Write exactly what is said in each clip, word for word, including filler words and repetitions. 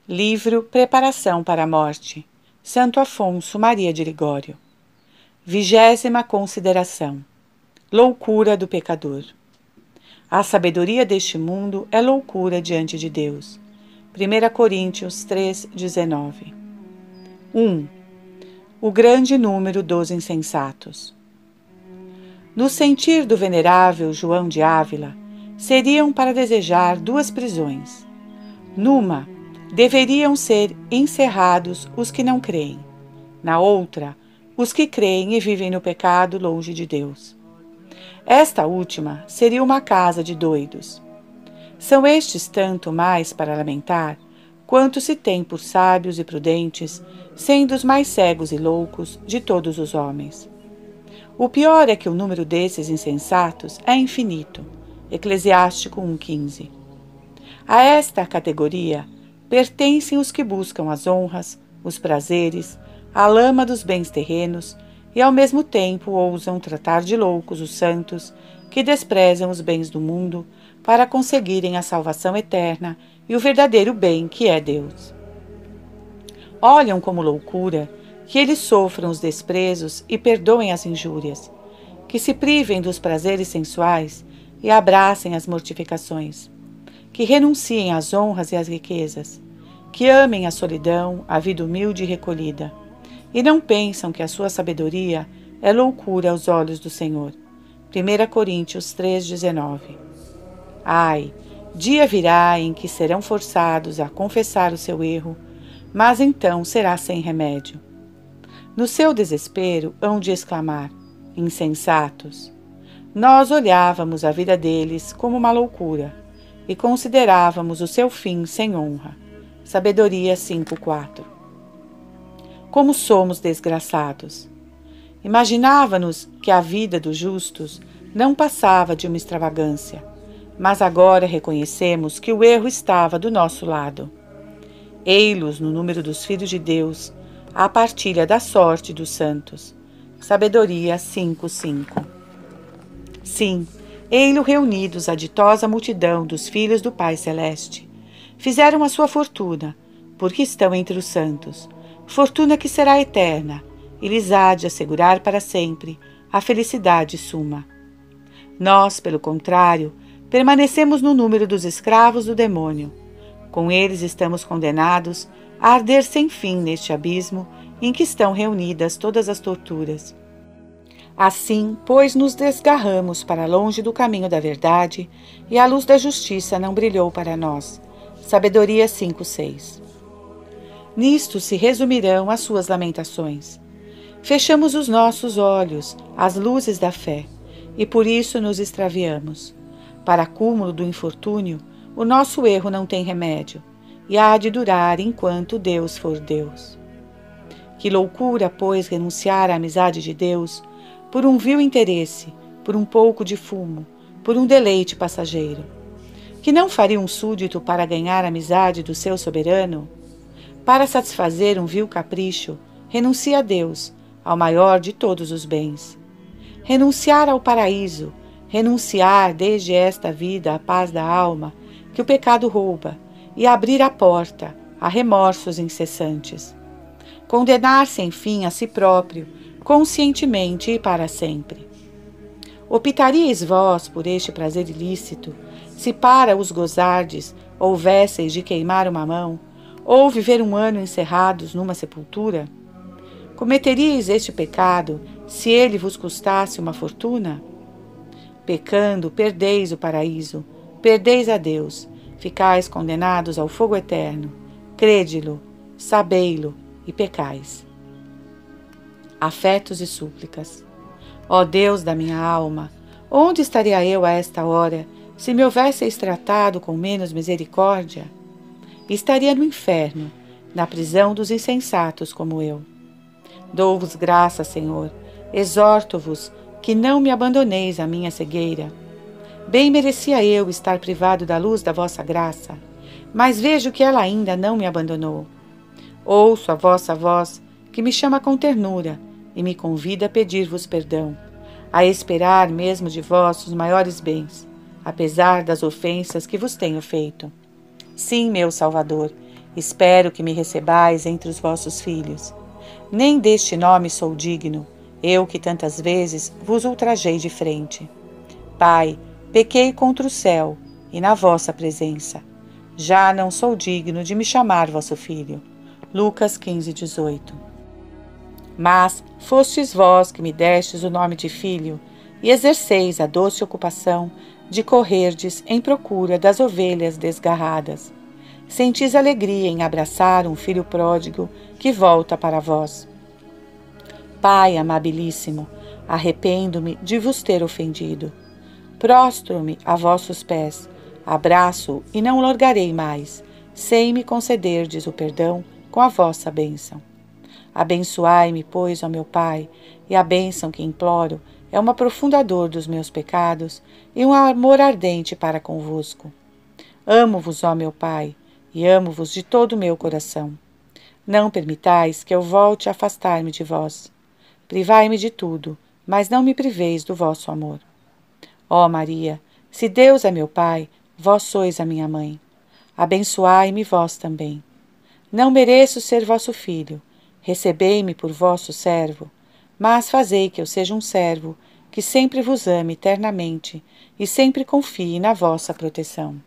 Livro Preparação para a Morte, Santo Afonso Maria de Ligório. Vigésima consideração. Loucura do pecador. A sabedoria deste mundo é loucura diante de Deus. primeira Coríntios três, dezenove. um. O grande número dos insensatos. No sentir do venerável João de Ávila, seriam para desejar duas prisões. Numa, deveriam ser encerrados os que não creem. Na outra, os que creem e vivem no pecado longe de Deus. Esta última seria uma casa de doidos. São estes tanto mais para lamentar, quanto se tem por sábios e prudentes, sendo os mais cegos e loucos de todos os homens. O pior é que o número desses insensatos é infinito. Eclesiástico um, quinze. A esta categoria pertencem os que buscam as honras, os prazeres, a lama dos bens terrenos e ao mesmo tempo ousam tratar de loucos os santos que desprezam os bens do mundo para conseguirem a salvação eterna e o verdadeiro bem que é Deus. Olham como loucura que eles sofram os desprezos e perdoem as injúrias, que se privem dos prazeres sensuais e abracem as mortificações, que renunciem às honras e às riquezas, que amem a solidão, a vida humilde e recolhida, e não pensam que a sua sabedoria é loucura aos olhos do Senhor. primeira Coríntios três, dezenove. Ai, dia virá em que serão forçados a confessar o seu erro, mas então será sem remédio. No seu desespero hão de exclamar: insensatos! Nós olhávamos a vida deles como uma loucura e considerávamos o seu fim sem honra. Sabedoria cinco, quatro. Como somos desgraçados! Imaginava-nos que a vida dos justos não passava de uma extravagância, mas agora reconhecemos que o erro estava do nosso lado. Ei-los no número dos filhos de Deus, a partilha da sorte dos santos. Sabedoria cinco, cinco. Sim, ei-lo reunidos a ditosa multidão dos filhos do Pai Celeste. Fizeram a sua fortuna, porque estão entre os santos, fortuna que será eterna, e lhes há de assegurar para sempre a felicidade suma. Nós, pelo contrário, permanecemos no número dos escravos do demônio. Com eles estamos condenados a arder sem fim neste abismo em que estão reunidas todas as torturas. Assim, pois, nos desgarramos para longe do caminho da verdade, e a luz da justiça não brilhou para nós. Sabedoria cinco, seis. Nisto se resumirão as suas lamentações. Fechamos os nossos olhos às luzes da fé, e por isso nos extraviamos. Para acúmulo do infortúnio, o nosso erro não tem remédio, e há de durar enquanto Deus for Deus. Que loucura, pois, renunciar à amizade de Deus por um vil interesse, por um pouco de fumo, por um deleite passageiro. Que não faria um súdito para ganhar a amizade do seu soberano? Para satisfazer um vil capricho, renuncia a Deus, ao maior de todos os bens. Renunciar ao paraíso, renunciar desde esta vida à paz da alma, que o pecado rouba, e abrir a porta a remorsos incessantes. Condenar-se, enfim, a si próprio, conscientemente e para sempre. Optaríeis vós por este prazer ilícito, se para os gozardes houvesseis de queimar uma mão, ou viver um ano encerrados numa sepultura? Cometeríeis este pecado, se ele vos custasse uma fortuna? Pecando, perdeis o paraíso, perdeis a Deus, ficais condenados ao fogo eterno. Crede-lo, sabei-lo e pecais. Afetos e súplicas. Ó Deus da minha alma, onde estaria eu a esta hora, se me houvesseis tratado com menos misericórdia? Estaria no inferno, na prisão dos insensatos como eu. Dou-vos graça, Senhor, exorto-vos que não me abandoneis a minha cegueira. Bem merecia eu estar privado da luz da vossa graça, mas vejo que ela ainda não me abandonou. Ouço a vossa voz, que me chama com ternura e me convida a pedir-vos perdão, a esperar mesmo de vós os maiores bens, apesar das ofensas que vos tenho feito. Sim, meu Salvador, Espero que me recebais entre os vossos filhos. Nem deste nome sou digno, eu que tantas vezes vos ultrajei de frente. Pai, pequei contra o céu e na vossa presença. Já não sou digno de me chamar vosso filho. Lucas quinze, dezoito. Mas fostes vós que me destes o nome de filho, e exerceis a doce ocupação de correrdes em procura das ovelhas desgarradas. Sentis alegria em abraçar um filho pródigo que volta para vós. Pai amabilíssimo, arrependo-me de vos ter ofendido. Prostro-me a vossos pés, abraço e não largarei mais, sem me concederdes o perdão com a vossa bênção. Abençoai-me, pois, ó meu Pai, e a bênção que imploro é uma profunda dor dos meus pecados e um amor ardente para convosco. Amo-vos, ó meu Pai, e amo-vos de todo o meu coração. Não permitais que eu volte a afastar-me de vós. Privai-me de tudo, mas não me priveis do vosso amor. Ó Maria, se Deus é meu Pai, vós sois a minha mãe. Abençoai-me vós também. Não mereço ser vosso filho, recebei-me por vosso servo, mas fazei que eu seja um servo, que sempre vos ame eternamente e sempre confie na vossa proteção.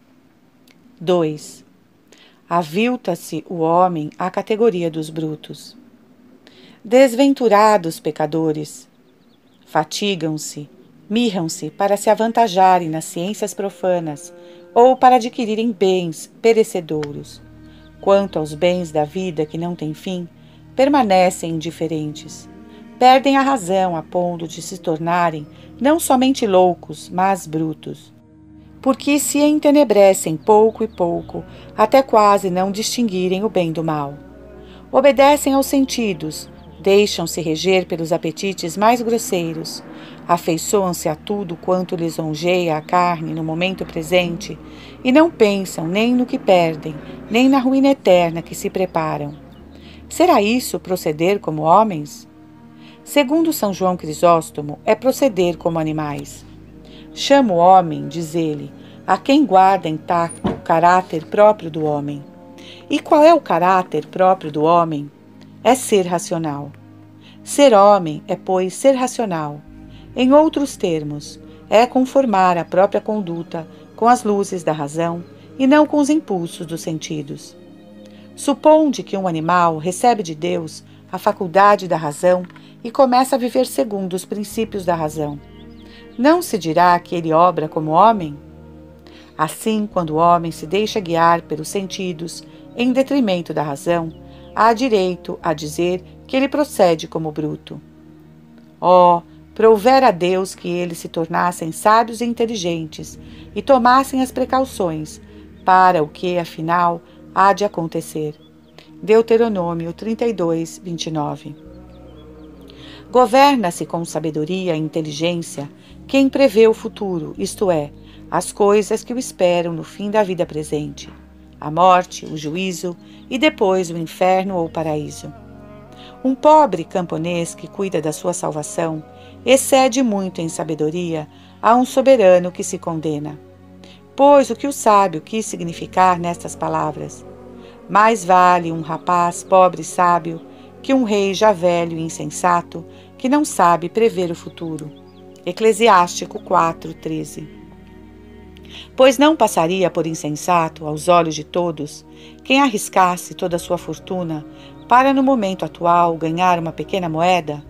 dois. Avilta-se o homem à categoria dos brutos. Desventurados pecadores, fatigam-se, mirram-se para se avantajarem nas ciências profanas ou para adquirirem bens perecedouros. Quanto aos bens da vida que não têm fim, permanecem indiferentes. Perdem a razão a ponto de se tornarem não somente loucos, mas brutos. Porque se entenebrecem pouco e pouco, até quase não distinguirem o bem do mal. Obedecem aos sentidos, deixam-se reger pelos apetites mais grosseiros, afeiçoam-se a tudo quanto lisonjeia a carne no momento presente e não pensam nem no que perdem, nem na ruína eterna que se preparam. Será isso proceder como homens? Segundo São João Crisóstomo, é proceder como animais. Chama o homem, diz ele, a quem guarda intacto o caráter próprio do homem. E qual é o caráter próprio do homem? É ser racional. Ser homem é, pois, ser racional. Em outros termos, é conformar a própria conduta com as luzes da razão e não com os impulsos dos sentidos. Suponde que um animal recebe de Deus a faculdade da razão e começa a viver segundo os princípios da razão. Não se dirá que ele obra como homem? Assim, quando o homem se deixa guiar pelos sentidos em detrimento da razão, há direito a dizer que ele procede como bruto. Oh, prouvera a Deus que eles se tornassem sábios e inteligentes e tomassem as precauções para o que, afinal, há de acontecer. Deuteronômio trinta e dois, vinte e nove. Governa-se com sabedoria e inteligência quem prevê o futuro, isto é, as coisas que o esperam no fim da vida presente, a morte, o juízo e depois o inferno ou o paraíso. Um pobre camponês que cuida da sua salvação excede muito em sabedoria a um soberano que se condena. Pois o que o sábio quis significar nestas palavras? Mais vale um rapaz pobre e sábio que um rei já velho e insensato que não sabe prever o futuro. Eclesiástico quatro, treze. Pois não passaria por insensato, aos olhos de todos, quem arriscasse toda a sua fortuna para, no momento atual, ganhar uma pequena moeda?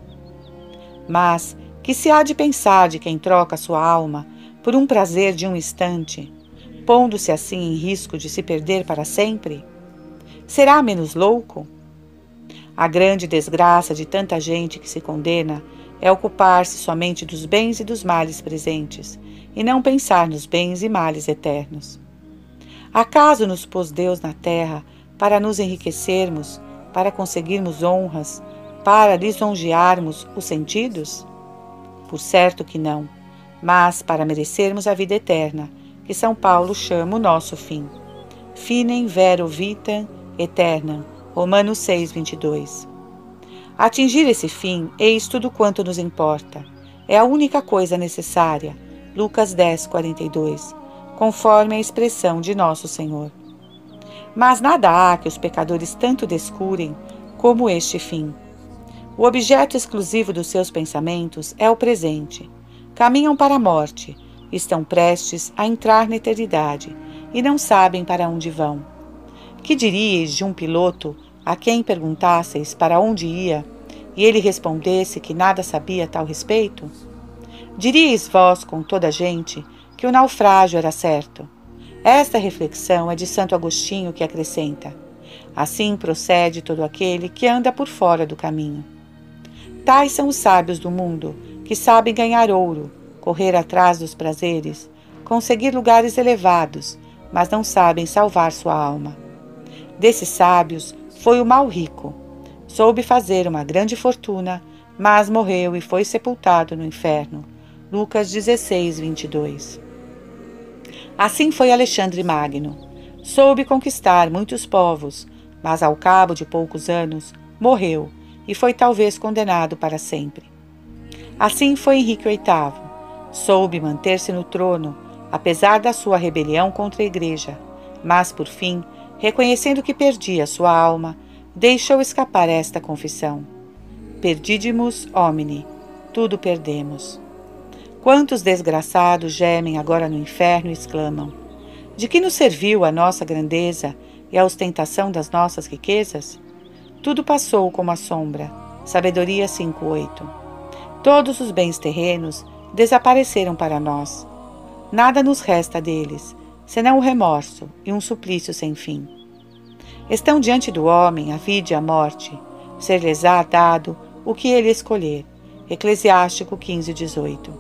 Mas que se há de pensar de quem troca sua alma por um prazer de um instante, pondo-se assim em risco de se perder para sempre? Será menos louco? A grande desgraça de tanta gente que se condena é ocupar-se somente dos bens e dos males presentes, e não pensar nos bens e males eternos. Acaso nos pôs Deus na terra para nos enriquecermos, para conseguirmos honras, para lisonjearmos os sentidos? Por certo que não, mas para merecermos a vida eterna, que São Paulo chama o nosso fim. Finem vero vitam aeternam, Romanos seis, vinte e dois. Atingir esse fim, eis tudo quanto nos importa. É a única coisa necessária. Lucas dez, quarenta e dois, conforme a expressão de nosso Senhor. Mas nada há que os pecadores tanto descurem como este fim. O objeto exclusivo dos seus pensamentos é o presente. Caminham para a morte, estão prestes a entrar na eternidade e não sabem para onde vão. Que diríeis de um piloto a quem perguntasseis para onde ia e ele respondesse que nada sabia a tal respeito? Diríeis vós com toda a gente que o naufrágio era certo. Esta reflexão é de Santo Agostinho, que acrescenta: assim procede todo aquele que anda por fora do caminho. Tais são os sábios do mundo, que sabem ganhar ouro, correr atrás dos prazeres, conseguir lugares elevados, mas não sabem salvar sua alma. Desses sábios foi o mau rico. Soube fazer uma grande fortuna, mas morreu e foi sepultado no inferno. Lucas dezesseis, vinte e dois. Assim foi Alexandre Magno. Soube conquistar muitos povos, mas ao cabo de poucos anos morreu e foi talvez condenado para sempre. Assim foi Henrique oitavo. Soube manter-se no trono, apesar da sua rebelião contra a Igreja, mas por fim, reconhecendo que perdia sua alma, deixou escapar esta confissão: perdidimus homini, tudo perdemos. Quantos desgraçados gemem agora no inferno e exclamam: de que nos serviu a nossa grandeza e a ostentação das nossas riquezas? Tudo passou como a sombra. Sabedoria cinco, oito. Todos os bens terrenos desapareceram para nós. Nada nos resta deles, senão o remorso e um suplício sem fim. Estão diante do homem a vida e a morte, ser-lhes-á dado o que ele escolher. Eclesiástico quinze, dezoito.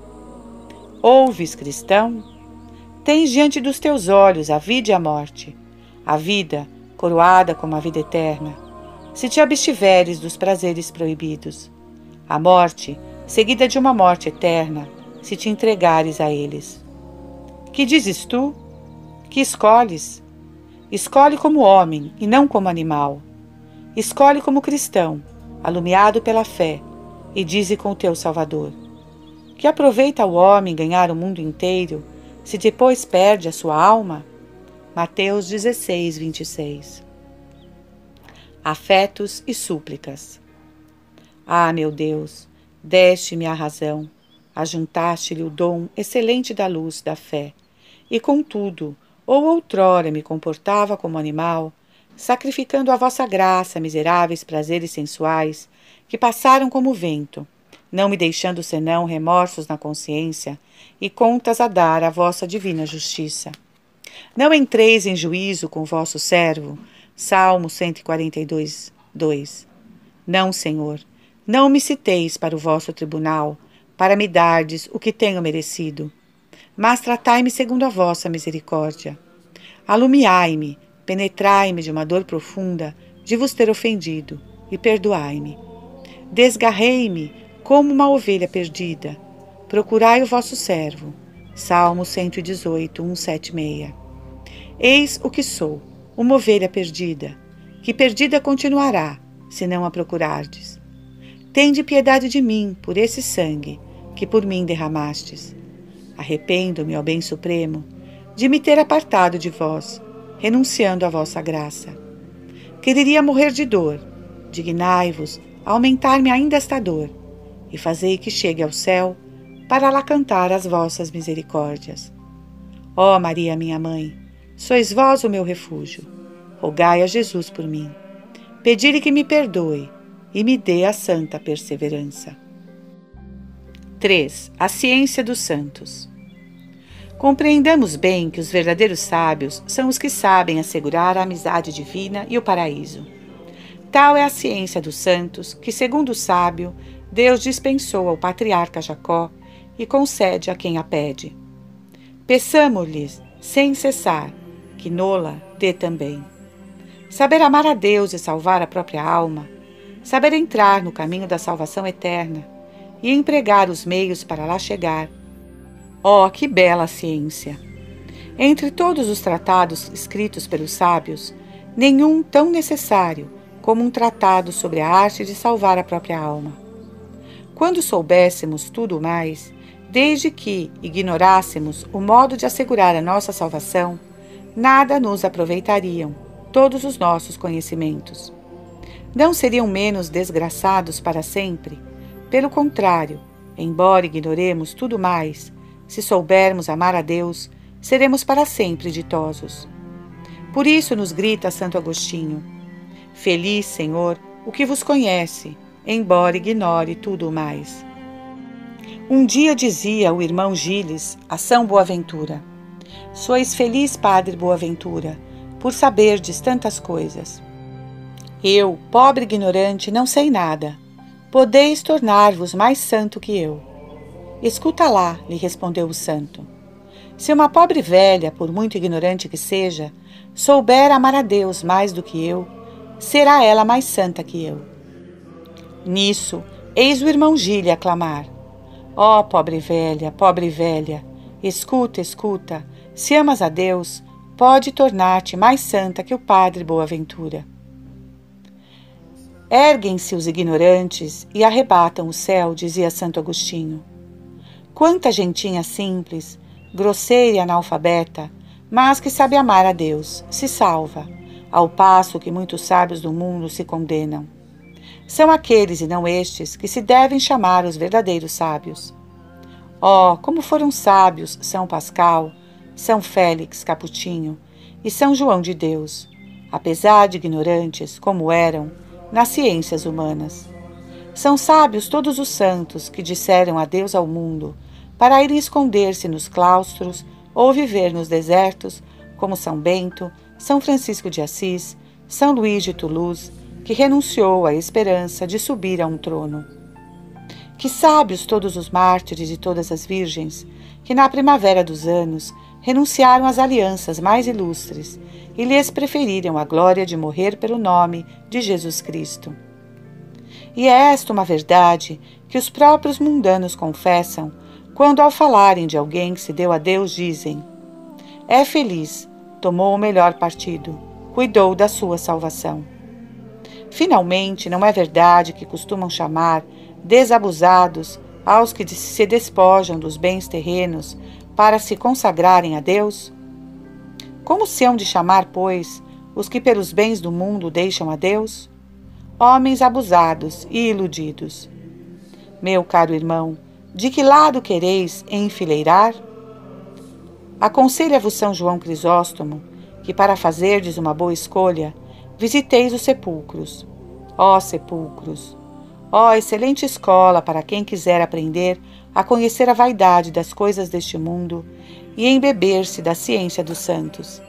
Ouves, cristão? Tens diante dos teus olhos a vida e a morte, a vida, coroada como a vida eterna, se te abstiveres dos prazeres proibidos, a morte, seguida de uma morte eterna, se te entregares a eles. Que dizes tu? Que escolhes? Escolhe como homem e não como animal. Escolhe como cristão, alumiado pela fé, e dize com o teu Salvador: que aproveita o homem ganhar o mundo inteiro, se depois perde a sua alma? Mateus dezesseis, vinte e seis. Afetos e súplicas. Ah, meu Deus, deste-me a razão, ajuntaste-lhe o dom excelente da luz da fé, e contudo, ou outrora me comportava como animal, sacrificando à vossa graça miseráveis prazeres sensuais, que passaram como vento, não me deixando senão remorsos na consciência e contas a dar à vossa divina justiça. Não entreis em juízo com vosso servo. Salmo cento e quarenta e dois, dois. Não, Senhor, não me citeis para o vosso tribunal, para me dardes o que tenho merecido. Mas tratai-me segundo a vossa misericórdia. Alumiai-me, penetrai-me de uma dor profunda de vos ter ofendido, e perdoai-me. Desgarrei-me como uma ovelha perdida. Procurai o vosso servo. Salmo cento e dezoito, cento e setenta e seis. Eis o que sou, uma ovelha perdida, que perdida continuará, se não a procurardes. Tende piedade de mim por esse sangue que por mim derramastes. Arrependo-me, ó bem supremo, de me ter apartado de vós, renunciando à vossa graça. Quereria morrer de dor. Dignai-vos a aumentar-me ainda esta dor, e fazei que chegue ao céu, para lá cantar as vossas misericórdias. Ó Maria, minha mãe, sois vós o meu refúgio. Rogai a Jesus por mim. Pedi-lhe que me perdoe e me dê a santa perseverança. três. A ciência dos santos. Compreendamos bem que os verdadeiros sábios são os que sabem assegurar a amizade divina e o paraíso. Tal é a ciência dos santos que, segundo o sábio, Deus dispensou ao patriarca Jacó e concede a quem a pede. Peçamo-lhes, sem cessar, que nola dê também. Saber amar a Deus e salvar a própria alma, saber entrar no caminho da salvação eterna e empregar os meios para lá chegar. Oh, que bela ciência! Entre todos os tratados escritos pelos sábios, nenhum tão necessário como um tratado sobre a arte de salvar a própria alma. Quando soubéssemos tudo mais, desde que ignorássemos o modo de assegurar a nossa salvação, nada nos aproveitariam, todos os nossos conhecimentos. Não seriam menos desgraçados para sempre? Pelo contrário, embora ignoremos tudo mais, se soubermos amar a Deus, seremos para sempre ditosos. Por isso nos grita Santo Agostinho: Feliz, Senhor, o que vos conhece, embora ignore tudo o mais. Um dia dizia o irmão Giles a São Boaventura: Sois feliz, Padre Boaventura, por saberdes tantas coisas. Eu, pobre ignorante, não sei nada. Podeis tornar-vos mais santo que eu. Escuta lá, lhe respondeu o santo. Se uma pobre velha, por muito ignorante que seja, souber amar a Deus mais do que eu, será ela mais santa que eu. Nisso, eis o irmão Gile a clamar: Ó, oh, pobre velha, pobre velha, escuta, escuta, se amas a Deus, pode tornar-te mais santa que o Padre Boaventura. Erguem-se os ignorantes e arrebatam o céu, dizia Santo Agostinho. Quanta gentinha simples, grosseira e analfabeta, mas que sabe amar a Deus, se salva, ao passo que muitos sábios do mundo se condenam. São aqueles, e não estes, que se devem chamar os verdadeiros sábios. Oh, como foram sábios São Pascal, São Félix Caputinho e São João de Deus, apesar de ignorantes, como eram, nas ciências humanas. São sábios todos os santos que disseram adeus ao mundo para irem esconder-se nos claustros ou viver nos desertos, como São Bento, São Francisco de Assis, São Luís de Toulouse, que renunciou à esperança de subir a um trono. Que sábios todos os mártires e todas as virgens, que na primavera dos anos renunciaram às alianças mais ilustres e lhes preferiram a glória de morrer pelo nome de Jesus Cristo. E é esta uma verdade que os próprios mundanos confessam quando, ao falarem de alguém que se deu a Deus, dizem: é feliz, tomou o melhor partido, cuidou da sua salvação. Finalmente, não é verdade que costumam chamar desabusados aos que se despojam dos bens terrenos para se consagrarem a Deus? Como se hão de chamar, pois, os que pelos bens do mundo deixam a Deus? Homens abusados e iludidos. Meu caro irmão, de que lado quereis enfileirar? Aconselha-vos São João Crisóstomo que, para fazerdes uma boa escolha, visiteis os sepulcros. Ó sepulcros! Ó excelente escola para quem quiser aprender a conhecer a vaidade das coisas deste mundo e embeber-se da ciência dos santos.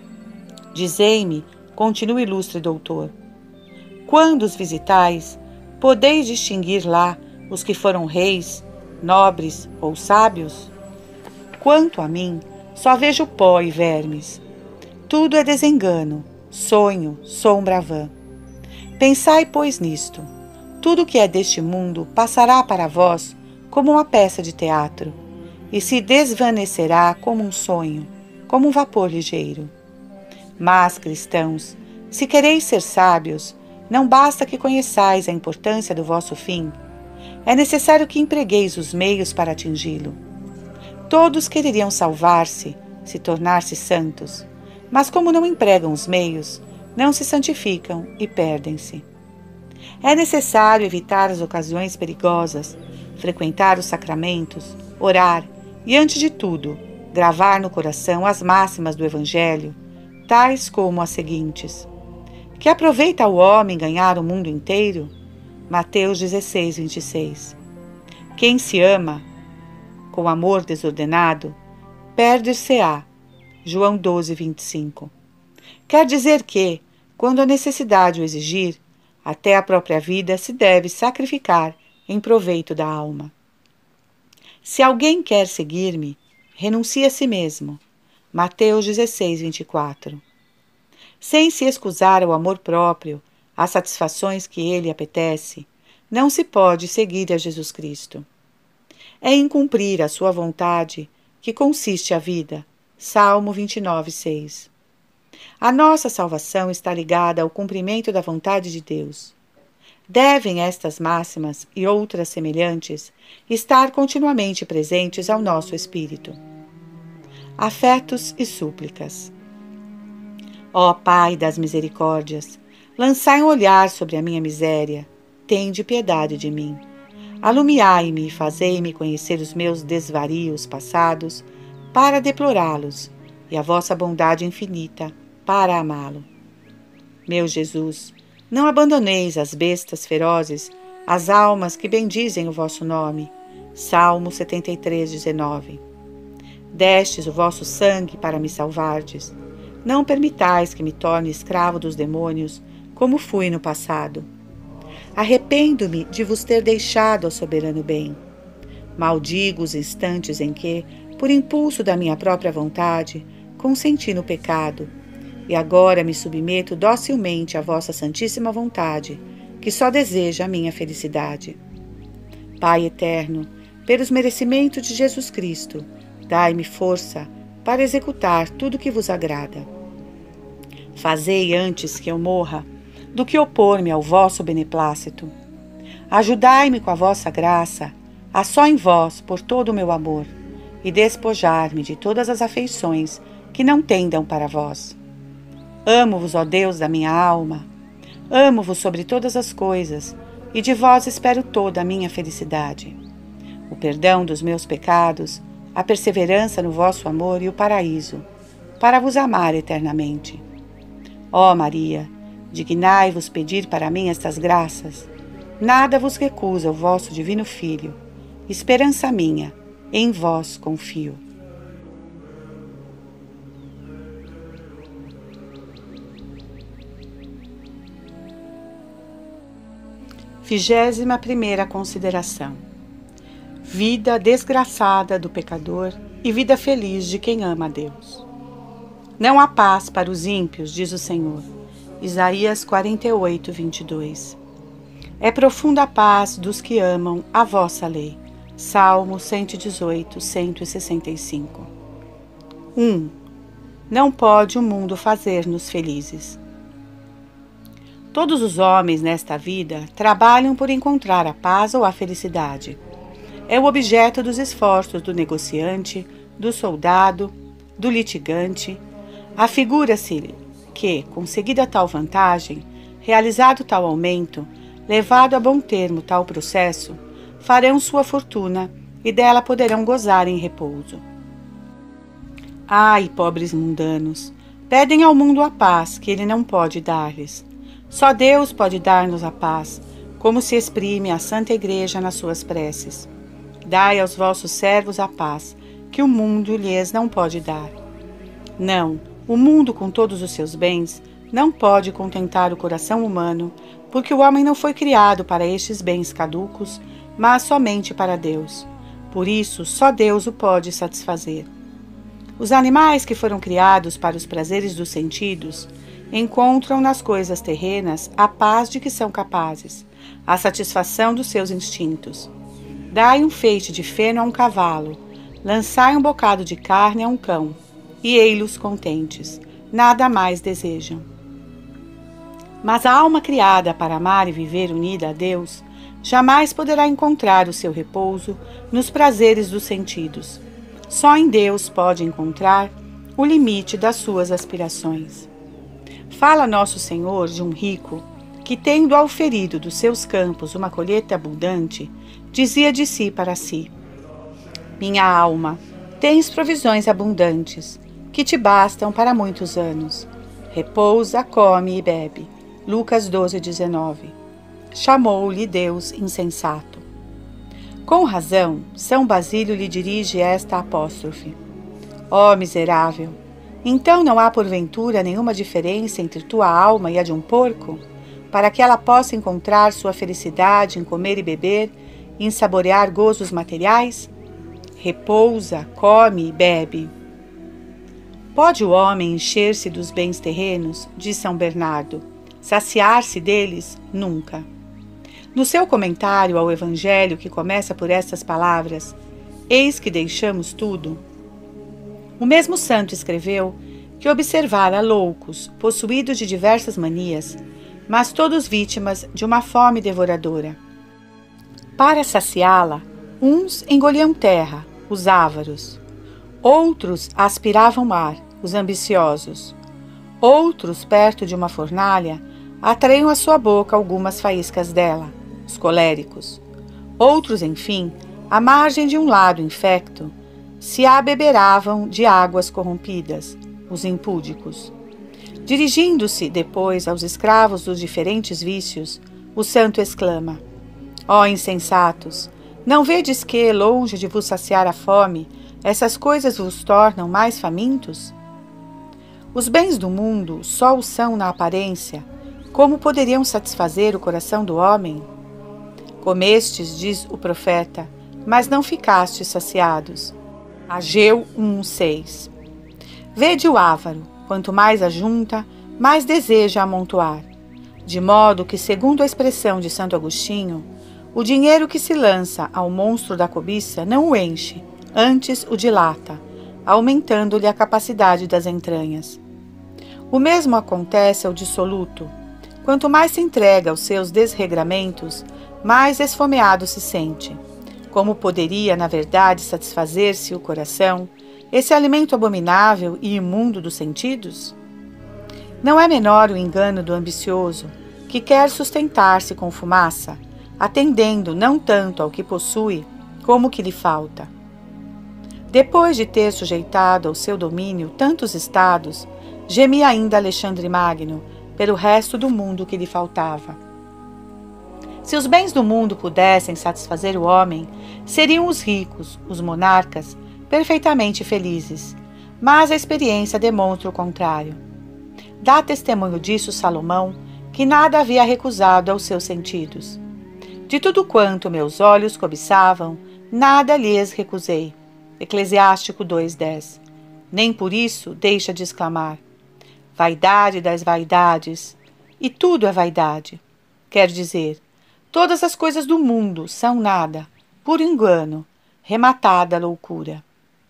Dizei-me, continua o ilustre doutor, quando os visitais, podeis distinguir lá os que foram reis, nobres ou sábios? Quanto a mim, só vejo pó e vermes. Tudo é desengano, sonho, sombra vã. Pensai, pois, nisto. Tudo que é deste mundo passará para vós como uma peça de teatro, e se desvanecerá como um sonho, como um vapor ligeiro. Mas, cristãos, se quereis ser sábios, não basta que conheçais a importância do vosso fim, é necessário que empregueis os meios para atingi-lo. Todos quereriam salvar-se, se tornar-se santos, mas como não empregam os meios, não se santificam e perdem-se. É necessário evitar as ocasiões perigosas, frequentar os sacramentos, orar e, antes de tudo, gravar no coração as máximas do Evangelho, tais como as seguintes: que aproveita ao homem ganhar o mundo inteiro? Mateus dezesseis, vinte e seis. Quem se ama com amor desordenado, perde-se-á. João doze, vinte e cinco. Quer dizer que, quando a necessidade o exigir, até a própria vida se deve sacrificar em proveito da alma. Se alguém quer seguir-me, renuncie a si mesmo. Mateus dezesseis, vinte e quatro. Sem se excusar ao amor próprio, às satisfações que ele apetece, não se pode seguir a Jesus Cristo. É em cumprir a sua vontade que consiste a vida. Salmo vinte e nove, seis. A nossa salvação está ligada ao cumprimento da vontade de Deus. Devem estas máximas e outras semelhantes estar continuamente presentes ao nosso espírito. Afetos e súplicas. Ó Pai das misericórdias, lançai um olhar sobre a minha miséria, tende piedade de mim. Alumiai-me e fazei-me conhecer os meus desvarios passados, para deplorá-los, e a vossa bondade infinita, para amá-lo. Meu Jesus, não abandoneis as bestas ferozes, as almas que bendizem o vosso nome. Salmo setenta e três, dezenove. Destes o vosso sangue para me salvardes. Não permitais que me torne escravo dos demônios, como fui no passado. Arrependo-me de vos ter deixado ao soberano bem. Maldigo os instantes em que, por impulso da minha própria vontade, consenti no pecado, e agora me submeto docilmente à vossa santíssima vontade, que só deseja a minha felicidade. Pai eterno, pelos merecimentos de Jesus Cristo, dai-me força para executar tudo que vos agrada. Fazei antes que eu morra, do que opor-me ao vosso beneplácito. Ajudai-me com a vossa graça, a só em vós por todo o meu amor, e despojar-me de todas as afeições que não tendam para vós. Amo-vos, ó Deus da minha alma, amo-vos sobre todas as coisas, e de vós espero toda a minha felicidade. O perdão dos meus pecados, a perseverança no vosso amor e o paraíso, para vos amar eternamente. Ó Maria, dignai-vos pedir para mim estas graças. Nada vos recusa o vosso divino Filho. Esperança minha, em vós confio. Vigésima primeira consideração. Vida desgraçada do pecador e vida feliz de quem ama a Deus. Não há paz para os ímpios, diz o Senhor. Isaías quarenta e oito, vinte e dois. É profunda a paz dos que amam a vossa lei. Salmo cento e dezoito, cento e sessenta e cinco. um. Não pode o mundo fazer-nos felizes. Todos os homens nesta vida trabalham por encontrar a paz ou a felicidade. É o objeto dos esforços do negociante, do soldado, do litigante. Afigura-se que, conseguida tal vantagem, realizado tal aumento, levado a bom termo tal processo, farão sua fortuna e dela poderão gozar em repouso. Ai, pobres mundanos, pedem ao mundo a paz que ele não pode dar-lhes. Só Deus pode dar-nos a paz, como se exprime a Santa Igreja nas suas preces. Dai aos vossos servos a paz, que o mundo lhes não pode dar. Não, o mundo com todos os seus bens não pode contentar o coração humano, porque o homem não foi criado para estes bens caducos, mas somente para Deus. Por isso, só Deus o pode satisfazer. Os animais que foram criados para os prazeres dos sentidos encontram nas coisas terrenas a paz de que são capazes, a satisfação dos seus instintos. Dai um feixe de feno a um cavalo, lançai um bocado de carne a um cão, e ei-los contentes, nada mais desejam. Mas a alma criada para amar e viver unida a Deus, jamais poderá encontrar o seu repouso nos prazeres dos sentidos. Só em Deus pode encontrar o limite das suas aspirações. Fala nosso Senhor de um rico que, tendo auferido dos seus campos uma colheita abundante, dizia de si para si: minha alma, tens provisões abundantes, que te bastam para muitos anos. Repousa, come e bebe. Lucas doze, dezenove. Chamou-lhe Deus insensato. Com razão, São Basílio lhe dirige esta apóstrofe: ó miserável, então não há porventura nenhuma diferença entre tua alma e a de um porco, para que ela possa encontrar sua felicidade em comer e beber, e em saborear gozos materiais? Repousa, come e bebe. Pode o homem encher-se dos bens terrenos, diz São Bernardo, saciar-se deles? Nunca. No seu comentário ao Evangelho, que começa por estas palavras, eis que deixamos tudo, o mesmo santo escreveu que observara loucos, possuídos de diversas manias, mas todos vítimas de uma fome devoradora. Para saciá-la, uns engoliam terra, os ávaros, outros aspiravam ar, os ambiciosos, Outros, perto de uma fornalha, atraiam à sua boca algumas faíscas dela, os coléricos. Outros, enfim, à margem de um lago infecto, se abeberavam de águas corrompidas, os impúdicos. Dirigindo-se depois aos escravos dos diferentes vícios, o santo exclama: ó insensatos, não vedes que, longe de vos saciar a fome, essas coisas vos tornam mais famintos? Os bens do mundo só o são na aparência. Como poderiam satisfazer o coração do homem? Comestes, diz o profeta, mas não ficastes saciados. Ageu um, seis. Vede o avaro, quanto mais ajunta, mais deseja amontoar. De modo que, segundo a expressão de Santo Agostinho, o dinheiro que se lança ao monstro da cobiça não o enche, antes o dilata, aumentando-lhe a capacidade das entranhas. O mesmo acontece ao dissoluto. Quanto mais se entrega aos seus desregramentos, mais esfomeado se sente. Como poderia, na verdade, satisfazer-se o coração, esse alimento abominável e imundo dos sentidos? Não é menor o engano do ambicioso, que quer sustentar-se com fumaça, atendendo não tanto ao que possui, como o que lhe falta. Depois de ter sujeitado ao seu domínio tantos estados, gemia ainda Alexandre Magno pelo resto do mundo que lhe faltava. Se os bens do mundo pudessem satisfazer o homem, seriam os ricos, os monarcas, perfeitamente felizes, mas a experiência demonstra o contrário. Dá testemunho disso Salomão, que nada havia recusado aos seus sentidos. De tudo quanto meus olhos cobiçavam, nada lhes recusei. Eclesiástico dois, dez. Nem por isso deixa de exclamar: vaidade das vaidades, e tudo é vaidade. Quer dizer, todas as coisas do mundo são nada, puro engano, rematada loucura.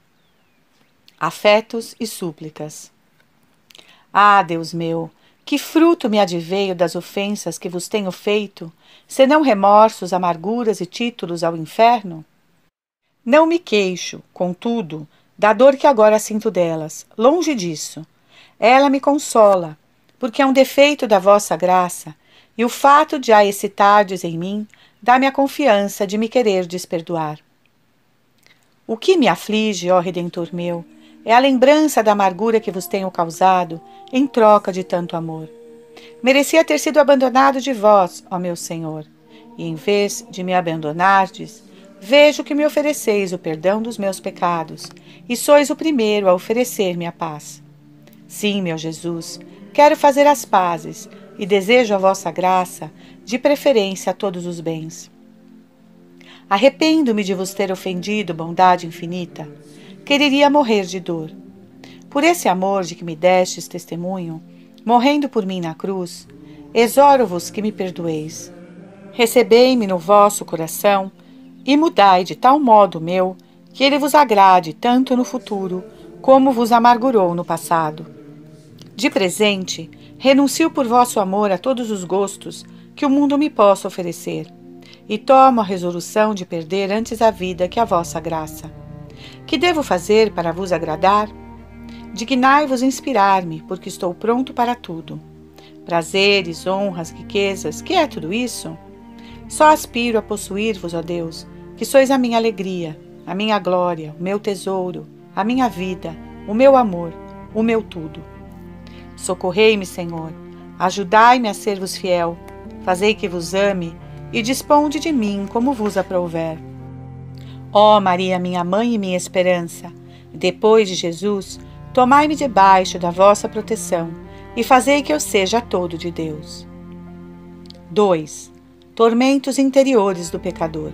Afetos e súplicas. Ah, Deus meu, que fruto me adveio das ofensas que vos tenho feito, senão remorsos, amarguras e títulos ao inferno? Não me queixo, contudo, da dor que agora sinto delas, longe disso. Ela me consola, porque é um defeito da vossa graça, e o fato de a excitardes em mim dá-me a confiança de me querer desperdoar. O que me aflige, ó Redentor meu, é a lembrança da amargura que vos tenho causado em troca de tanto amor. Merecia ter sido abandonado de vós, ó meu Senhor, e em vez de me abandonardes, vejo que me ofereceis o perdão dos meus pecados, e sois o primeiro a oferecer-me a paz. Sim, meu Jesus, quero fazer as pazes, e desejo a vossa graça, de preferência a todos os bens. Arrependo-me de vos ter ofendido, bondade infinita. Quereria morrer de dor. Por esse amor de que me destes testemunho, morrendo por mim na cruz, exoro-vos que me perdoeis. Recebei-me no vosso coração e mudai de tal modo o meu, que ele vos agrade tanto no futuro, como vos amargurou no passado. De presente, renuncio por vosso amor a todos os gostos que o mundo me possa oferecer, e tomo a resolução de perder antes a vida que a vossa graça. Que devo fazer para vos agradar? Dignai-vos inspirar-me, porque estou pronto para tudo. Prazeres, honras, riquezas, que é tudo isso? Só aspiro a possuir-vos, ó Deus, que sois a minha alegria, a minha glória, o meu tesouro, a minha vida, o meu amor, o meu tudo. Socorrei-me, Senhor, ajudai-me a ser-vos fiel, fazei que vos ame e disponde de mim como vos aprouver. Ó Maria, minha mãe e minha esperança, depois de Jesus, tomai-me debaixo da vossa proteção e fazei que eu seja todo de Deus. dois. Tormentos interiores do pecador.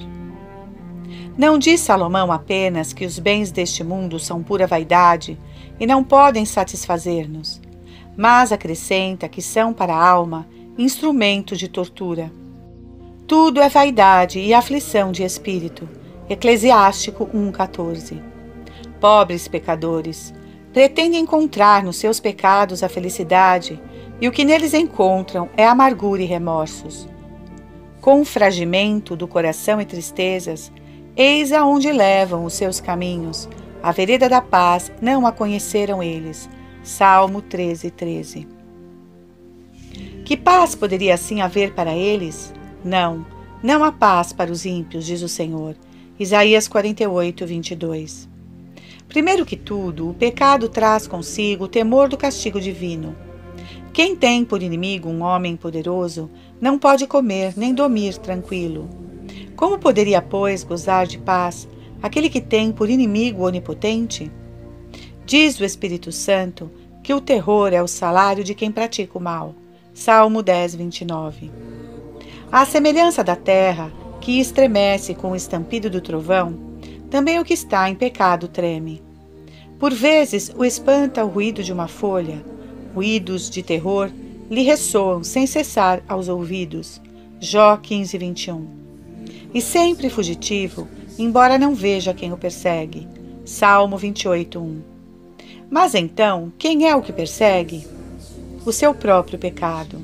Não diz Salomão apenas que os bens deste mundo são pura vaidade e não podem satisfazer-nos, mas acrescenta que são para a alma instrumentos de tortura. Tudo é vaidade e aflição de espírito. Eclesiástico um, quatorze. Pobres pecadores, pretendem encontrar nos seus pecados a felicidade, e o que neles encontram é amargura e remorsos. Com o fragimento do coração e tristezas, eis aonde levam os seus caminhos. A vereda da paz não a conheceram eles. Salmo treze, treze. Que paz poderia assim haver para eles? Não, não há paz para os ímpios, diz o Senhor. Isaías quarenta e oito, vinte e dois. Primeiro que tudo, o pecado traz consigo o temor do castigo divino. Quem tem por inimigo um homem poderoso não pode comer nem dormir tranquilo. Como poderia, pois, gozar de paz aquele que tem por inimigo o onipotente? Diz o Espírito Santo que o terror é o salário de quem pratica o mal. Salmo dez, vinte e nove. À semelhança da terra, que estremece com o estampido do trovão, também o que está em pecado treme. Por vezes o espanta o ruído de uma folha, ruídos de terror lhe ressoam sem cessar aos ouvidos. Jó quinze, vinte e um. E sempre fugitivo, embora não veja quem o persegue. Salmo vinte e oito, um. Mas então, quem é o que persegue? O seu próprio pecado.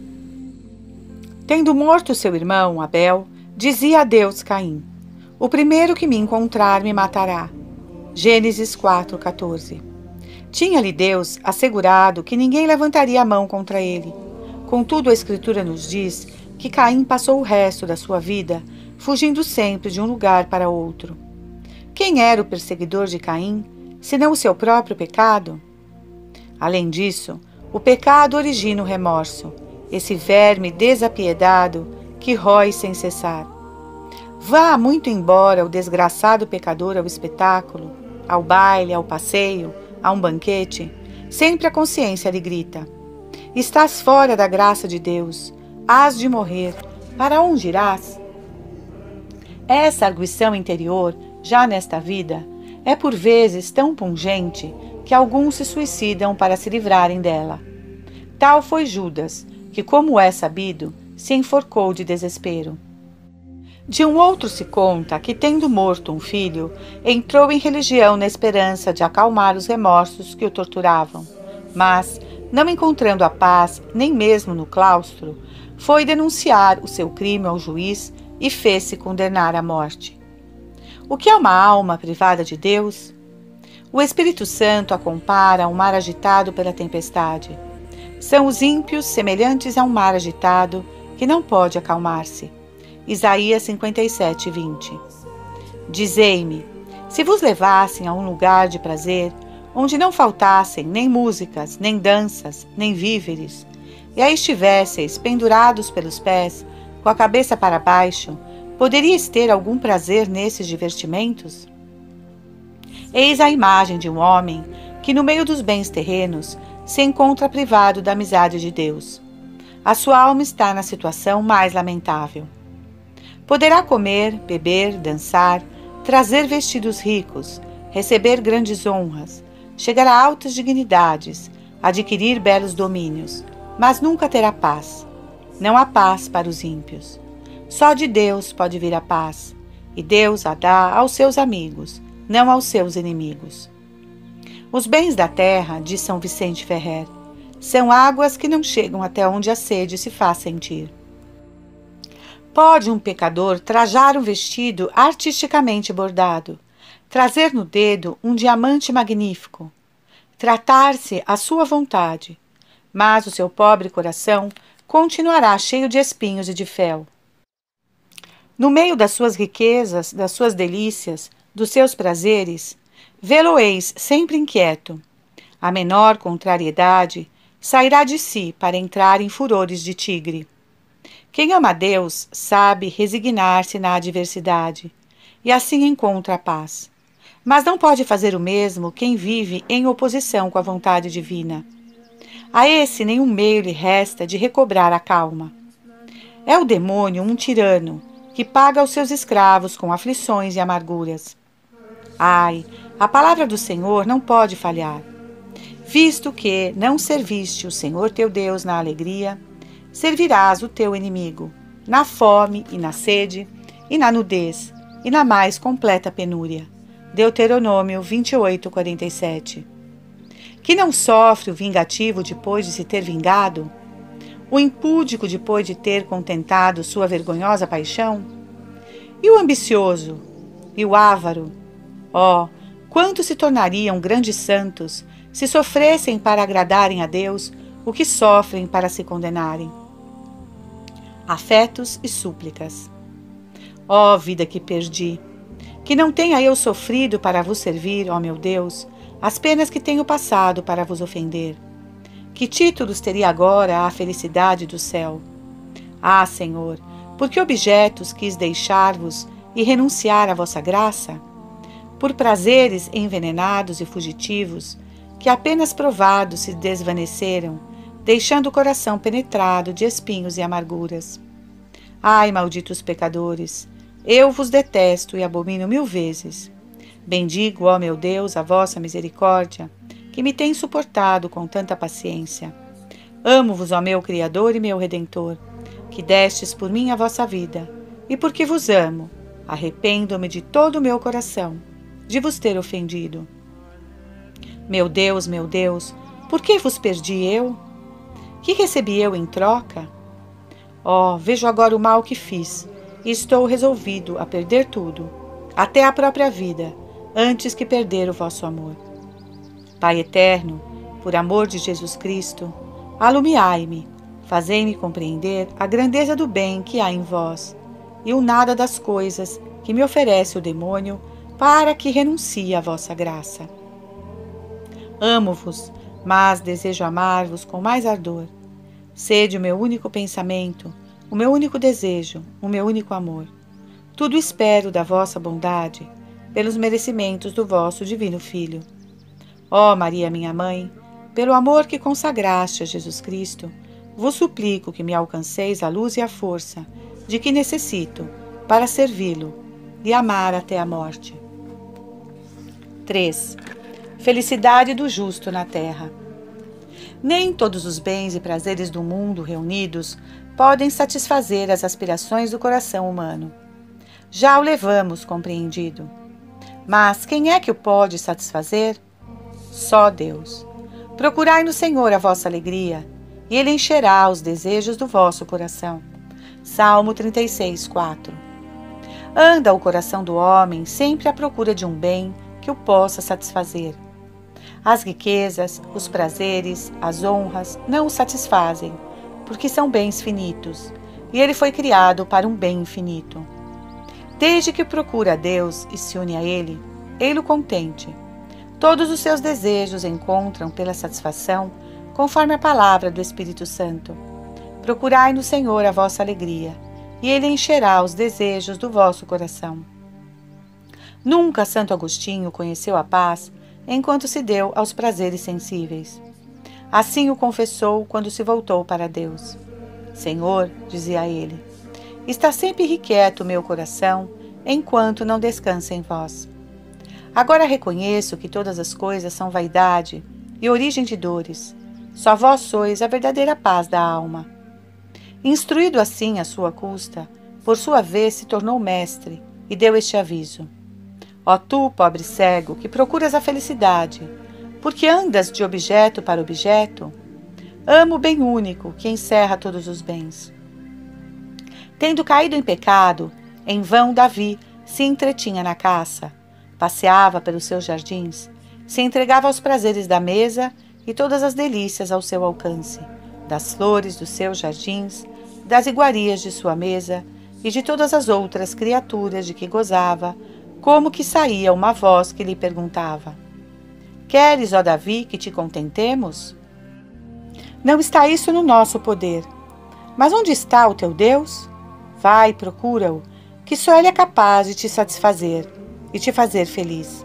Tendo morto seu irmão, Abel, dizia a Deus Caim: o primeiro que me encontrar me matará. Gênesis quatro, quatorze. Tinha-lhe Deus assegurado que ninguém levantaria a mão contra ele. Contudo, a Escritura nos diz que Caim passou o resto da sua vida fugindo sempre de um lugar para outro. Quem era o perseguidor de Caim, senão o seu próprio pecado? Além disso, o pecado origina o remorso, esse verme desapiedado que rói sem cessar. Vá muito embora o desgraçado pecador ao espetáculo, ao baile, ao passeio, a um banquete, sempre a consciência lhe grita: estás fora da graça de Deus, hás de morrer, para onde irás? Essa arguição interior, já nesta vida, é por vezes tão pungente que alguns se suicidam para se livrarem dela. Tal foi Judas, que, como é sabido, se enforcou de desespero. De um outro se conta que, tendo morto um filho, entrou em religião na esperança de acalmar os remorsos que o torturavam, mas, não encontrando a paz nem mesmo no claustro, foi denunciar o seu crime ao juiz e fez-se condenar à morte. O que é uma alma privada de Deus? O Espírito Santo a compara a um mar agitado pela tempestade. São os ímpios semelhantes a um mar agitado que não pode acalmar-se. Isaías cinquenta e sete, vinte. Dizei-me, se vos levassem a um lugar de prazer, onde não faltassem nem músicas, nem danças, nem víveres, e aí estivesseis pendurados pelos pés, com a cabeça para baixo, poderíeis ter algum prazer nesses divertimentos? Eis a imagem de um homem que, no meio dos bens terrenos, se encontra privado da amizade de Deus. A sua alma está na situação mais lamentável. Poderá comer, beber, dançar, trazer vestidos ricos, receber grandes honras, chegar a altas dignidades, adquirir belos domínios, mas nunca terá paz. Não há paz para os ímpios. Só de Deus pode vir a paz, e Deus a dá aos seus amigos, não aos seus inimigos. Os bens da terra, diz São Vicente Ferrer, são águas que não chegam até onde a sede se faz sentir. Pode um pecador trajar um vestido artisticamente bordado, trazer no dedo um diamante magnífico, tratar-se à sua vontade, mas o seu pobre coração continuará cheio de espinhos e de fel. No meio das suas riquezas, das suas delícias, dos seus prazeres, vê-lo-eis sempre inquieto. A menor contrariedade sairá de si para entrar em furores de tigre. Quem ama a Deus sabe resignar-se na adversidade, e assim encontra a paz. Mas não pode fazer o mesmo quem vive em oposição com a vontade divina. A esse nenhum meio lhe resta de recobrar a calma. É o demônio um tirano, que paga aos seus escravos com aflições e amarguras. Ai, a palavra do Senhor não pode falhar. Visto que não serviste o Senhor teu Deus na alegria, servirás o teu inimigo, na fome e na sede, e na nudez, e na mais completa penúria. Deuteronômio vinte e oito, quarenta e sete. Que não sofre o vingativo depois de se ter vingado? O impúdico depois de ter contentado sua vergonhosa paixão? E o ambicioso? E o avaro? Oh, quantos se tornariam grandes santos se sofressem para agradarem a Deus o que sofrem para se condenarem. Afetos e súplicas. Ó vida que perdi, que não tenha eu sofrido para vos servir, ó meu Deus, as penas que tenho passado para vos ofender. Que títulos teria agora a felicidade do céu? Ah, Senhor, por que objetos quis deixar-vos e renunciar à vossa graça? Por prazeres envenenados e fugitivos, que apenas provados se desvaneceram, deixando o coração penetrado de espinhos e amarguras. Ai, malditos pecadores, eu vos detesto e abomino mil vezes. Bendigo, ó meu Deus, a vossa misericórdia, que me tem suportado com tanta paciência. Amo-vos, ó meu Criador e meu Redentor, que destes por mim a vossa vida, e porque vos amo, arrependo-me de todo o meu coração, de vos ter ofendido. Meu Deus, meu Deus, por que vos perdi eu? Que recebi eu em troca? Oh, vejo agora o mal que fiz, e estou resolvido a perder tudo, até a própria vida, antes que perder o vosso amor. Pai eterno, por amor de Jesus Cristo, alumiai-me, fazei-me compreender a grandeza do bem que há em vós, e o nada das coisas que me oferece o demônio para que renuncie à vossa graça. Amo-vos, mas desejo amar-vos com mais ardor. Sede o meu único pensamento, o meu único desejo, o meu único amor. Tudo espero da vossa bondade, pelos merecimentos do vosso divino Filho. Ó Maria, minha mãe, pelo amor que consagraste a Jesus Cristo, vos suplico que me alcanceis a luz e a força de que necessito para servi-lo e amar até a morte. três. Felicidade do justo na terra. Nem todos os bens e prazeres do mundo reunidos podem satisfazer as aspirações do coração humano. Já o levamos compreendido. Mas quem é que o pode satisfazer? Só Deus. Procurai no Senhor a vossa alegria, e Ele encherá os desejos do vosso coração. Salmo trinta e seis, quatro. Anda o coração do homem sempre à procura de um bem que o possa satisfazer. As riquezas, os prazeres, as honras não o satisfazem, porque são bens finitos, e ele foi criado para um bem infinito. Desde que procura a Deus e se une a Ele, Ele o contente. Todos os seus desejos encontram pela satisfação, conforme a palavra do Espírito Santo. Procurai no Senhor a vossa alegria, e Ele encherá os desejos do vosso coração. Nunca Santo Agostinho conheceu a paz enquanto se deu aos prazeres sensíveis. Assim o confessou quando se voltou para Deus. Senhor, dizia ele, está sempre irrequieto o meu coração, enquanto não descansa em vós. Agora reconheço que todas as coisas são vaidade e origem de dores. Só vós sois a verdadeira paz da alma. Instruído assim à sua custa, por sua vez se tornou mestre e deu este aviso. Ó tu, pobre cego, que procuras a felicidade, porque andas de objeto para objeto, amo o bem único que encerra todos os bens. Tendo caído em pecado, em vão Davi se entretinha na caça, passeava pelos seus jardins, se entregava aos prazeres da mesa e todas as delícias ao seu alcance, das flores dos seus jardins, das iguarias de sua mesa e de todas as outras criaturas de que gozava, como que saía uma voz que lhe perguntava: Queres, ó Davi, que te contentemos? Não está isso no nosso poder. Mas onde está o teu Deus? Vai, procura-o, que só Ele é capaz de te satisfazer e te fazer feliz.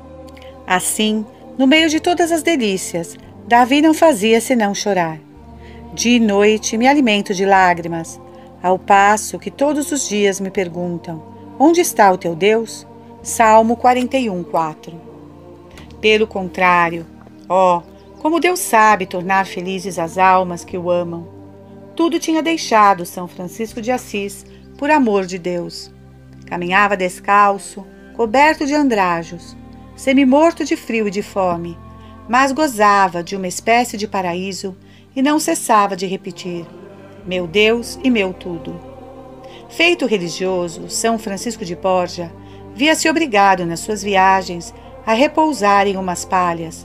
Assim, no meio de todas as delícias, Davi não fazia senão chorar. Dia e noite me alimento de lágrimas, ao passo que todos os dias me perguntam: onde está o teu Deus? Salmo quarenta e um, quatro. Pelo contrário, ó, como Deus sabe tornar felizes as almas que o amam. Tudo tinha deixado São Francisco de Assis por amor de Deus. Caminhava descalço, coberto de andrajos, semi-morto de frio e de fome, mas gozava de uma espécie de paraíso e não cessava de repetir: meu Deus e meu tudo. Feito religioso, São Francisco de Borja via-se obrigado nas suas viagens a repousar em umas palhas,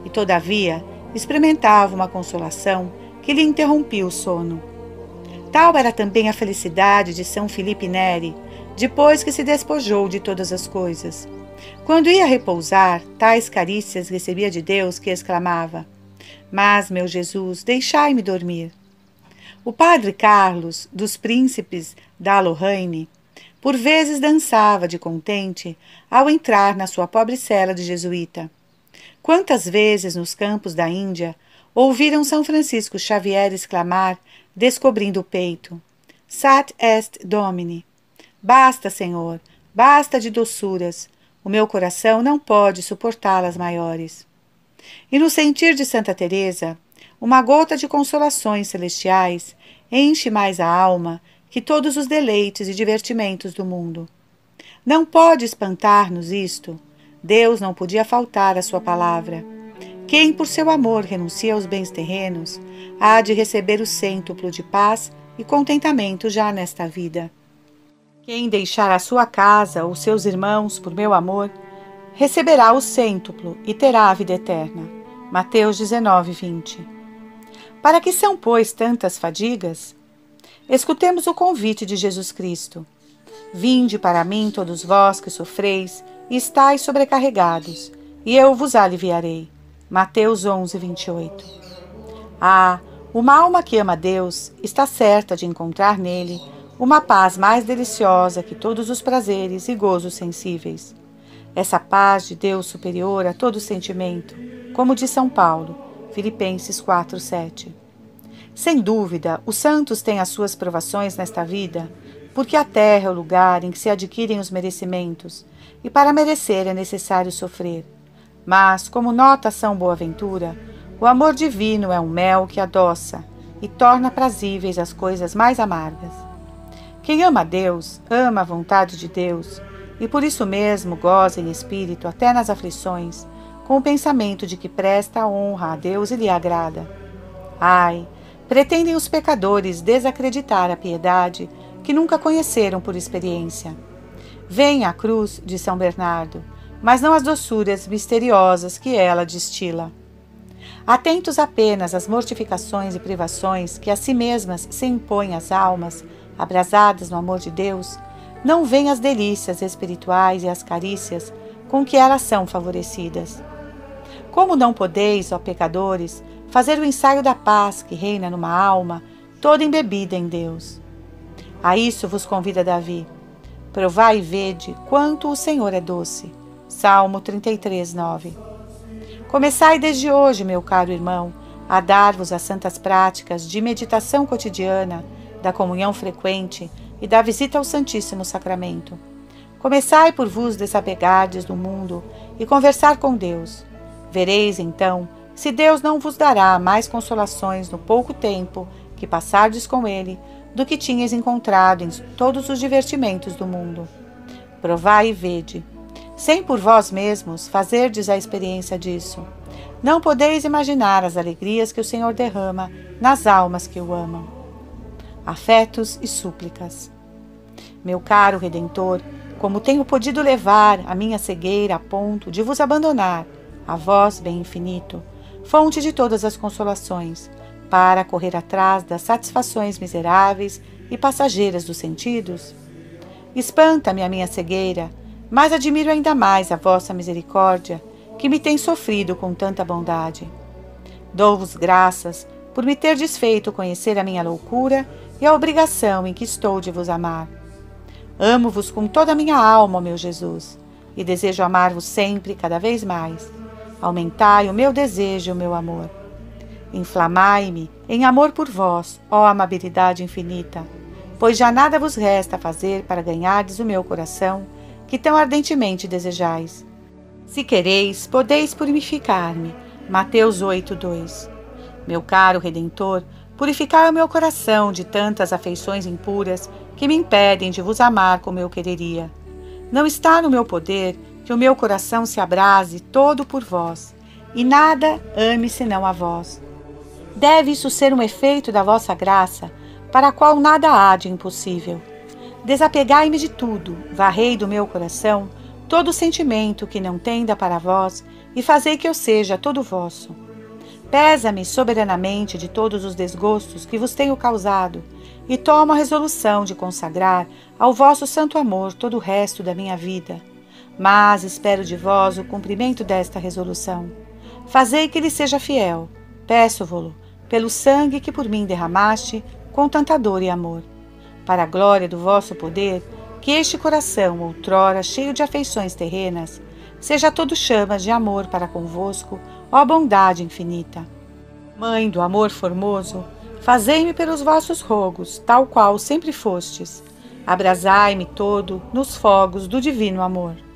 e, todavia, experimentava uma consolação que lhe interrompia o sono. Tal era também a felicidade de São Filipe Neri, depois que se despojou de todas as coisas. Quando ia repousar, tais carícias recebia de Deus que exclamava: Mas, meu Jesus, deixai-me dormir. O padre Carlos, dos príncipes da Lorraine, por vezes dançava de contente ao entrar na sua pobre cela de jesuíta. Quantas vezes nos campos da Índia ouviram São Francisco Xavier exclamar, descobrindo o peito: Sat est Domini. Basta, Senhor, basta de doçuras, o meu coração não pode suportá-las maiores. E no sentir de Santa Teresa, uma gota de consolações celestiais enche mais a alma que todos os deleites e divertimentos do mundo. Não pode espantar-nos isto. Deus não podia faltar à sua palavra. Quem por seu amor renuncia aos bens terrenos, há de receber o cêntuplo de paz e contentamento já nesta vida. Quem deixar a sua casa ou seus irmãos por meu amor, receberá o cêntuplo e terá a vida eterna. Mateus dezenove, vinte. Para que são, pois, tantas fadigas? Escutemos o convite de Jesus Cristo. Vinde para mim todos vós que sofreis e estáis sobrecarregados, e eu vos aliviarei. Mateus onze, vinte e oito. Ah, uma alma que ama Deus está certa de encontrar nele uma paz mais deliciosa que todos os prazeres e gozos sensíveis. Essa paz de Deus superior a todo sentimento, como diz São Paulo, Filipenses quatro, sete. Sem dúvida, os santos têm as suas provações nesta vida, porque a terra é o lugar em que se adquirem os merecimentos, e para merecer é necessário sofrer. Mas, como nota São Boaventura, o amor divino é um mel que adoça e torna prazíveis as coisas mais amargas. Quem ama a Deus, ama a vontade de Deus, e por isso mesmo goza em espírito até nas aflições, com o pensamento de que presta honra a Deus e lhe agrada. Ai, pretendem os pecadores desacreditar a piedade que nunca conheceram por experiência. Vem a cruz de São Bernardo, mas não as doçuras misteriosas que ela destila. Atentos apenas às mortificações e privações que a si mesmas se impõem às almas, abrasadas no amor de Deus, não veem as delícias espirituais e as carícias com que elas são favorecidas. Como não podeis, ó pecadores, fazer o ensaio da paz que reina numa alma toda embebida em Deus? A isso vos convida Davi. Provai e vede quanto o Senhor é doce. Salmo trinta e três, nove. Começai desde hoje, meu caro irmão, a dar-vos as santas práticas de meditação cotidiana, da comunhão frequente e da visita ao Santíssimo Sacramento. Começai por vos desapegardes do mundo e conversar com Deus. Vereis, então, se Deus não vos dará mais consolações no pouco tempo que passardes com Ele do que tinhas encontrado em todos os divertimentos do mundo. Provai e vede. Sem por vós mesmos fazerdes a experiência disso, não podeis imaginar as alegrias que o Senhor derrama nas almas que o amam. Afetos e súplicas. Meu caro Redentor, como tenho podido levar a minha cegueira a ponto de vos abandonar, a vós, bem infinito, fonte de todas as consolações, para correr atrás das satisfações miseráveis e passageiras dos sentidos? Espanta-me a minha cegueira, mas admiro ainda mais a vossa misericórdia, que me tem sofrido com tanta bondade. Dou-vos graças por me ter desfeito conhecer a minha loucura e a obrigação em que estou de vos amar. Amo-vos com toda a minha alma, meu Jesus, e desejo amar-vos sempre cada vez mais. Aumentai o meu desejo e o meu amor. Inflamai-me em amor por vós, ó amabilidade infinita, pois já nada vos resta fazer para ganhardes o meu coração, que tão ardentemente desejais. Se quereis, podeis purificar-me. Mateus oito, dois. Meu caro Redentor, purificai o meu coração de tantas afeições impuras que me impedem de vos amar como eu quereria. Não está no meu poder que o meu coração se abrase todo por vós, e nada ame senão a vós. Deve isso ser um efeito da vossa graça, para a qual nada há de impossível. Desapegai-me de tudo, varrei do meu coração todo sentimento que não tenda para vós, e fazei que eu seja todo vosso. Pesa-me soberanamente de todos os desgostos que vos tenho causado, e tomo a resolução de consagrar ao vosso santo amor todo o resto da minha vida. Mas espero de vós o cumprimento desta resolução. Fazei que lhe seja fiel, peço-vo-lo, pelo sangue que por mim derramaste, com tanta dor e amor. Para a glória do vosso poder, que este coração, outrora cheio de afeições terrenas, seja todo chamas de amor para convosco, ó bondade infinita. Mãe do amor formoso, fazei-me pelos vossos rogos, tal qual sempre fostes. Abrasai-me todo nos fogos do divino amor.